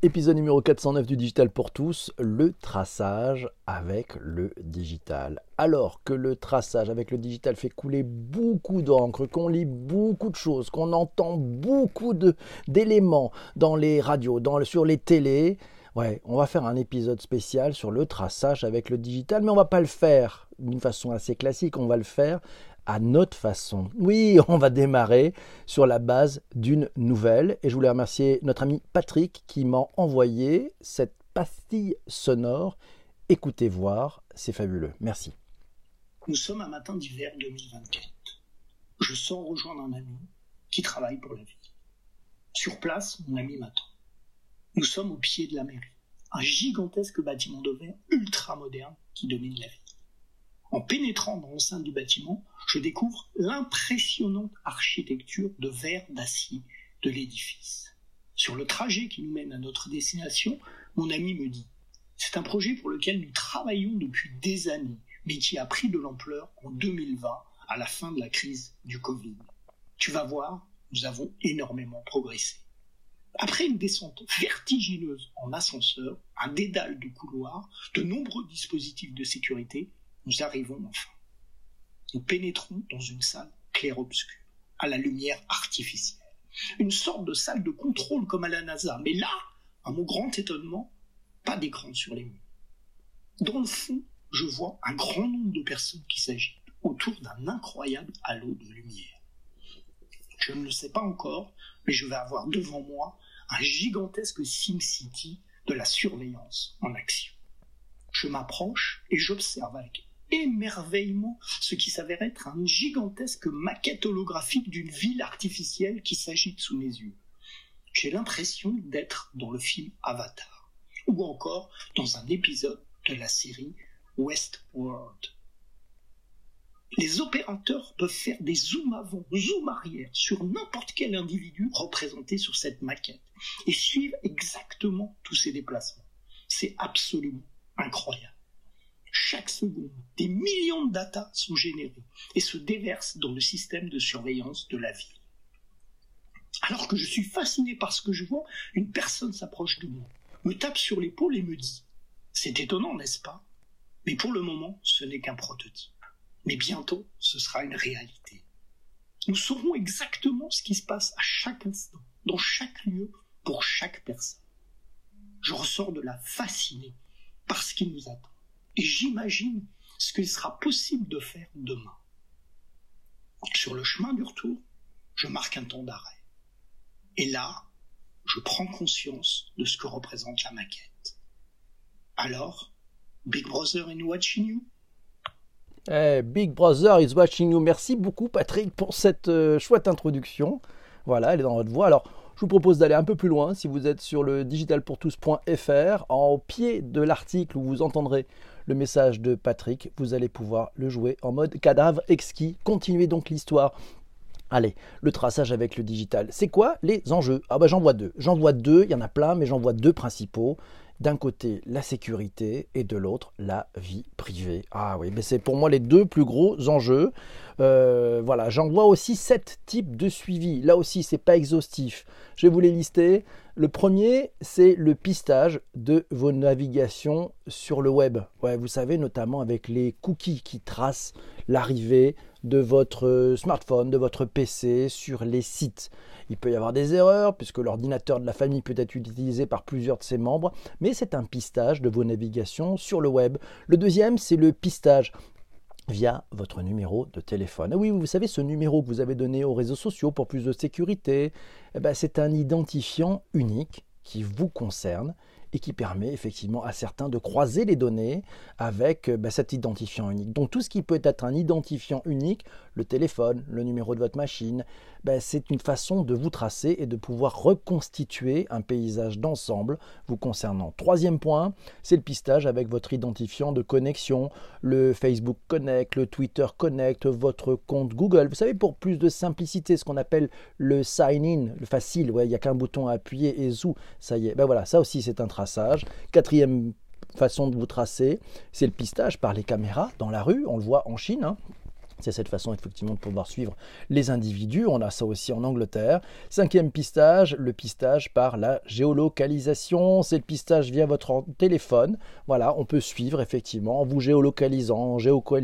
Épisode numéro 409 du Digital pour tous, le traçage avec le digital. Alors que le traçage avec le digital fait couler beaucoup d'encre, qu'on lit beaucoup de choses, qu'on entend beaucoup d'éléments dans les radios, sur les télés, ouais, on va faire un épisode spécial sur le traçage avec le digital, mais on va pas le faire d'une façon assez classique, on va le faire à notre façon. Oui, on va démarrer sur la base d'une nouvelle et je voulais remercier notre ami Patrick qui m'a envoyé cette pastille sonore. Écoutez voir, c'est fabuleux. Merci. Nous sommes un matin d'hiver 2024. Je sors rejoindre un ami qui travaille pour la ville. Sur place, mon ami m'attend. Nous sommes au pied de la mairie, un gigantesque bâtiment de verre ultra moderne qui domine la ville. En pénétrant dans l'enceinte du bâtiment, je découvre l'impressionnante architecture de verre d'acier de l'édifice. Sur le trajet qui nous mène à notre destination, mon ami me dit « C'est un projet pour lequel nous travaillons depuis des années, mais qui a pris de l'ampleur en 2020, à la fin de la crise du Covid. Tu vas voir, nous avons énormément progressé. » Après une descente vertigineuse en ascenseur, un dédale de couloirs, de nombreux dispositifs de sécurité, nous arrivons enfin. Nous pénétrons dans une salle clair-obscure, à la lumière artificielle. Une sorte de salle de contrôle comme à la NASA. Mais là, à mon grand étonnement, pas d'écran sur les murs. Dans le fond, je vois un grand nombre de personnes qui s'agitent autour d'un incroyable halo de lumière. Je ne le sais pas encore, mais je vais avoir devant moi un gigantesque SimCity de la surveillance en action. Je m'approche et j'observe avec émerveillement ce qui s'avère être une gigantesque maquette holographique d'une ville artificielle qui s'agite sous mes yeux. J'ai l'impression d'être dans le film Avatar, ou encore dans un épisode de la série Westworld. Les opérateurs peuvent faire des zooms avant, zooms arrière sur n'importe quel individu représenté sur cette maquette et suivre exactement tous ses déplacements. C'est absolument incroyable. Chaque seconde, des millions de data sont générés et se déversent dans le système de surveillance de la ville. Alors que je suis fasciné par ce que je vois, une personne s'approche de moi, me tape sur l'épaule et me dit « C'est étonnant, n'est-ce pas ? Mais pour le moment, ce n'est qu'un prototype. Mais bientôt, ce sera une réalité. Nous saurons exactement ce qui se passe à chaque instant, dans chaque lieu, pour chaque personne. » Je ressors de là fasciné par ce qui nous attend. Et j'imagine ce qu'il sera possible de faire demain. Sur le chemin du retour, je marque un temps d'arrêt. Et là, je prends conscience de ce que représente la maquette. Alors, Big Brother is watching you? Hey, Big Brother is watching you. Merci beaucoup Patrick pour cette chouette introduction. Voilà, elle est dans votre voix. Alors, je vous propose d'aller un peu plus loin. Si vous êtes sur le digitalpourtous.fr, en pied de l'article où vous entendrez le message de Patrick, vous allez pouvoir le jouer en mode cadavre exquis. Continuez donc l'histoire. Allez, le traçage avec le digital. C'est quoi les enjeux? Ah bah j'en vois deux. Il y en a plein, mais j'en vois deux principaux. D'un côté, la sécurité et de l'autre, la vie privée. Ah oui, mais c'est pour moi les deux plus gros enjeux. Voilà, j'en vois aussi 7 types de suivi. Là aussi, c'est pas exhaustif. Je vais vous les lister. Le premier, c'est le pistage de vos navigations sur le web. Ouais, vous savez, notamment avec les cookies qui tracent l'arrivée de votre smartphone, de votre PC sur les sites. Il peut y avoir des erreurs puisque l'ordinateur de la famille peut être utilisé par plusieurs de ses membres, mais c'est un pistage de vos navigations sur le web. Le deuxième, c'est le pistage via votre numéro de téléphone. Ah oui, vous savez, ce numéro que vous avez donné aux réseaux sociaux pour plus de sécurité, c'est un identifiant unique qui vous concerne et qui permet effectivement à certains de croiser les données avec cet identifiant unique. Donc tout ce qui peut être un identifiant unique, le téléphone, le numéro de votre machine, c'est une façon de vous tracer et de pouvoir reconstituer un paysage d'ensemble vous concernant. Troisième point, c'est le pistage avec votre identifiant de connexion, le Facebook Connect, le Twitter Connect, votre compte Google. Vous savez, pour plus de simplicité, ce qu'on appelle le sign-in, le facile, il n'y a qu'un bouton à appuyer et zou, ça y est. Voilà, ça aussi c'est un traçage. Quatrième façon de vous tracer, c'est le pistage par les caméras dans la rue, on le voit en Chine, C'est cette façon effectivement de pouvoir suivre les individus. On a ça aussi en Angleterre. 5e pistage, le pistage par la géolocalisation. C'est le pistage via votre téléphone. Voilà, on peut suivre effectivement en vous géolocalisant,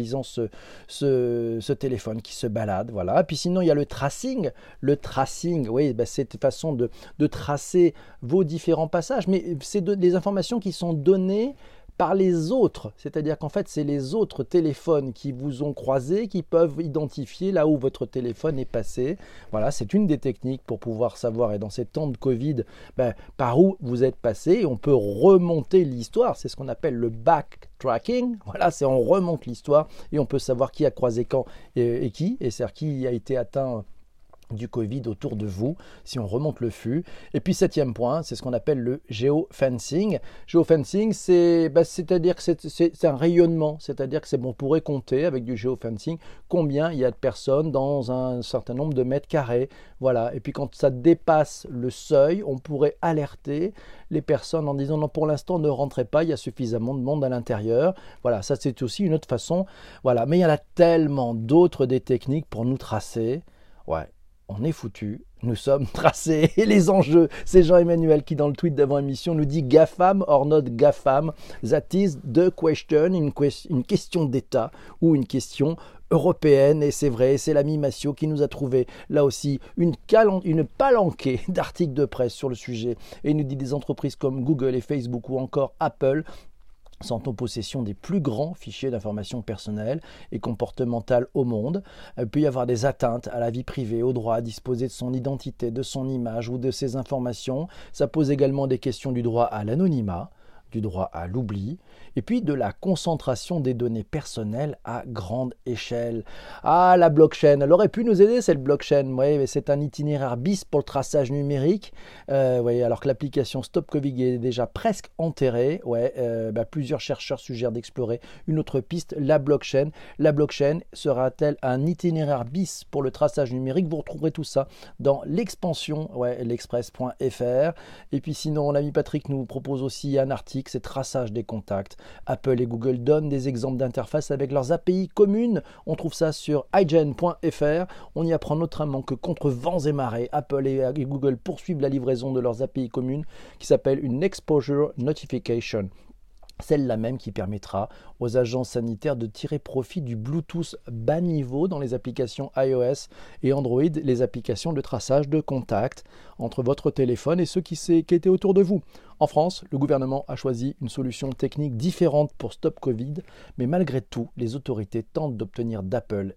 ce téléphone qui se balade. Voilà. Puis sinon, il y a le tracing. Le tracing, oui, c'est une façon de tracer vos différents passages. Mais c'est des informations qui sont données par les autres, c'est-à-dire qu'en fait c'est les autres téléphones qui vous ont croisé qui peuvent identifier là où votre téléphone est passé. Voilà, c'est une des techniques pour pouvoir savoir, et dans ces temps de Covid, par où vous êtes passé. On peut remonter l'histoire, c'est ce qu'on appelle le backtracking. Voilà, c'est on remonte l'histoire et on peut savoir qui a croisé quand et qui, et c'est-à-dire qui a été atteint du Covid autour de vous, si on remonte le flux. Et puis 7e point, c'est ce qu'on appelle le géofencing. Géofencing, c'est-à-dire que c'est un rayonnement, c'est-à-dire que on pourrait compter avec du géofencing combien il y a de personnes dans un certain nombre de mètres carrés. Voilà. Et puis quand ça dépasse le seuil, on pourrait alerter les personnes en disant non, pour l'instant ne rentrez pas, il y a suffisamment de monde à l'intérieur. Voilà, ça c'est aussi une autre façon. Voilà, mais il y en a tellement d'autres des techniques pour nous tracer. Ouais. On est foutu, nous sommes tracés. Et les enjeux, c'est Jean-Emmanuel qui dans le tweet d'avant-émission nous dit GAFAM or not GAFAM, that is the question, une question d'État ou une question européenne. Et c'est vrai, c'est l'ami Massio qui nous a trouvé là aussi une palanquée d'articles de presse sur le sujet. Et il nous dit des entreprises comme Google et Facebook ou encore Apple sont en possession des plus grands fichiers d'informations personnelles et comportementales au monde. Il peut y avoir des atteintes à la vie privée, au droit à disposer de son identité, de son image ou de ses informations. Ça pose également des questions du droit à l'anonymat, du droit à l'oubli, et puis de la concentration des données personnelles à grande échelle. Ah, la blockchain, elle aurait pu nous aider cette blockchain, oui, mais c'est un itinéraire bis pour le traçage numérique, oui, alors que l'application Stop Covid est déjà presque enterrée. Ouais, plusieurs chercheurs suggèrent d'explorer une autre piste, la blockchain. La blockchain sera-t-elle un itinéraire bis pour le traçage numérique? Vous retrouverez tout ça dans l'expansion, l'express.fr. Et puis sinon, l'ami Patrick nous propose aussi un article, c'est traçage des contacts. Apple et Google donnent des exemples d'interfaces avec leurs API communes. On trouve ça sur iGen.fr. On y apprend notamment que contre vents et marées, Apple et Google poursuivent la livraison de leurs API communes qui s'appelle une Exposure Notification. Celle-là même qui permettra aux agences sanitaires de tirer profit du Bluetooth bas niveau dans les applications iOS et Android, les applications de traçage de contacts entre votre téléphone et ceux qui étaient autour de vous. En France, le gouvernement a choisi une solution technique différente pour Stop Covid, mais malgré tout, les autorités tentent d'obtenir d'Apple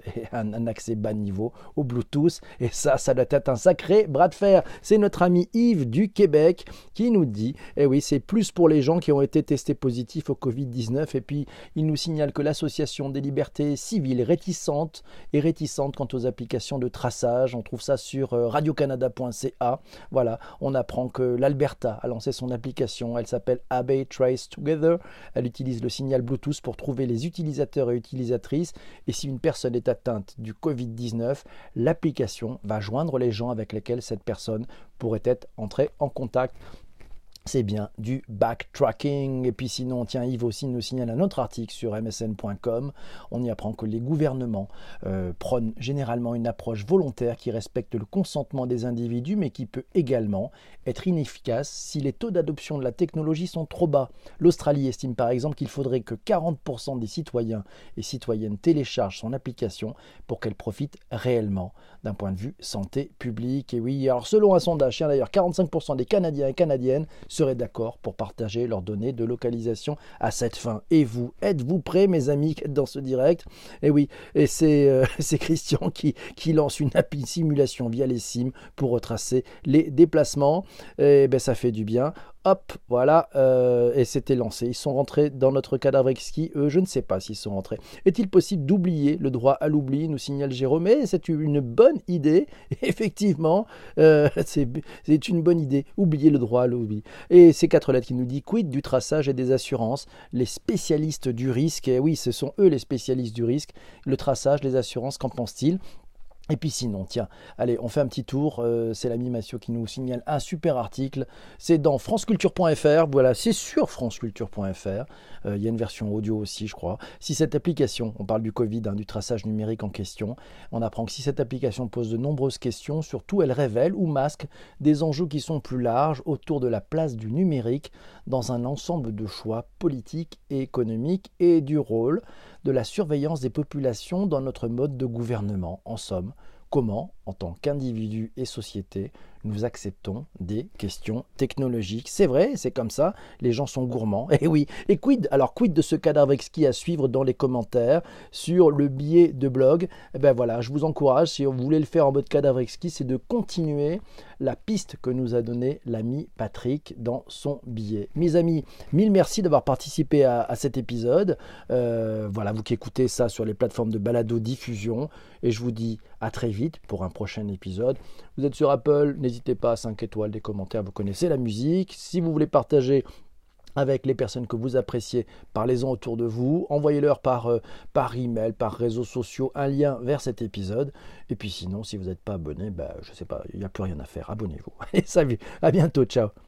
un accès bas niveau au Bluetooth, et ça doit être un sacré bras de fer. C'est notre ami Yves du Québec qui nous dit, oui, c'est plus pour les gens qui ont été testés positifs au Covid-19, et puis il nous signale que l'association des libertés civiles est réticente quant aux applications de traçage. On trouve ça sur radiocanada.ca. Voilà, on apprend que l'Alberta a lancé son application, elle s'appelle Abbey Trace Together. Elle utilise le signal Bluetooth pour trouver les utilisateurs et utilisatrices, et si une personne est atteinte du Covid-19, l'application va joindre les gens avec lesquels cette personne pourrait être entrée en contact. C'est bien du backtracking. Et puis sinon, tiens, Yves aussi nous signale un autre article sur msn.com. On y apprend que les gouvernements prônent généralement une approche volontaire qui respecte le consentement des individus, mais qui peut également être inefficace si les taux d'adoption de la technologie sont trop bas. L'Australie estime par exemple qu'il faudrait que 40% des citoyens et citoyennes téléchargent son application pour qu'elle profite réellement d'un point de vue santé publique. Et oui, alors selon un sondage, d'ailleurs, 45% des Canadiens et Canadiennes seraient d'accord pour partager leurs données de localisation à cette fin. Et vous, êtes-vous prêts, mes amis, dans ce direct? Et oui, et c'est Christian qui lance une simulation via les SIM pour retracer les déplacements. Et ça fait du bien. Hop, voilà, et c'était lancé. Ils sont rentrés dans notre cadavre exquis. Je ne sais pas s'ils sont rentrés. Est-il possible d'oublier le droit à l'oubli, nous signale Jérôme? Mais c'est une bonne idée. Effectivement, c'est une bonne idée. Oublier le droit à l'oubli. Et ces 4 lettres qui nous dit quid du traçage et des assurances, les spécialistes du risque. Et oui, ce sont eux les spécialistes du risque. Le traçage, les assurances, qu'en pense-t-il? Et puis sinon, tiens, allez, on fait un petit tour. C'est l'ami Massio qui nous signale un super article. C'est dans franceculture.fr. Voilà, c'est sur franceculture.fr. Il y a une version audio aussi, je crois. Si cette application, on parle du Covid, du traçage numérique en question, on apprend que si cette application pose de nombreuses questions, surtout elle révèle ou masque des enjeux qui sont plus larges autour de la place du numérique dans un ensemble de choix politiques et économiques et du rôle de la surveillance des populations dans notre mode de gouvernement. En somme, comment, en tant qu'individu et société, nous acceptons des questions technologiques. C'est vrai, c'est comme ça, les gens sont gourmands. Et oui, et quid de ce cadavre exquis à suivre dans les commentaires sur le billet de blog. Eh ben voilà, je vous encourage, si vous voulez le faire en mode cadavre exquis, c'est de continuer la piste que nous a donnée l'ami Patrick dans son billet. Mes amis, mille merci d'avoir participé à cet épisode. Voilà, vous qui écoutez ça sur les plateformes de balado-diffusion. Et je vous dis à très vite pour un prochain épisode. Vous êtes sur Apple, n'hésitez pas à 5 étoiles, des commentaires, vous connaissez la musique. Si vous voulez partager avec les personnes que vous appréciez, parlez-en autour de vous, envoyez-leur par email, par réseaux sociaux, un lien vers cet épisode. Et puis sinon, si vous n'êtes pas abonné, je ne sais pas, il n'y a plus rien à faire, abonnez-vous. Et salut, à bientôt, ciao.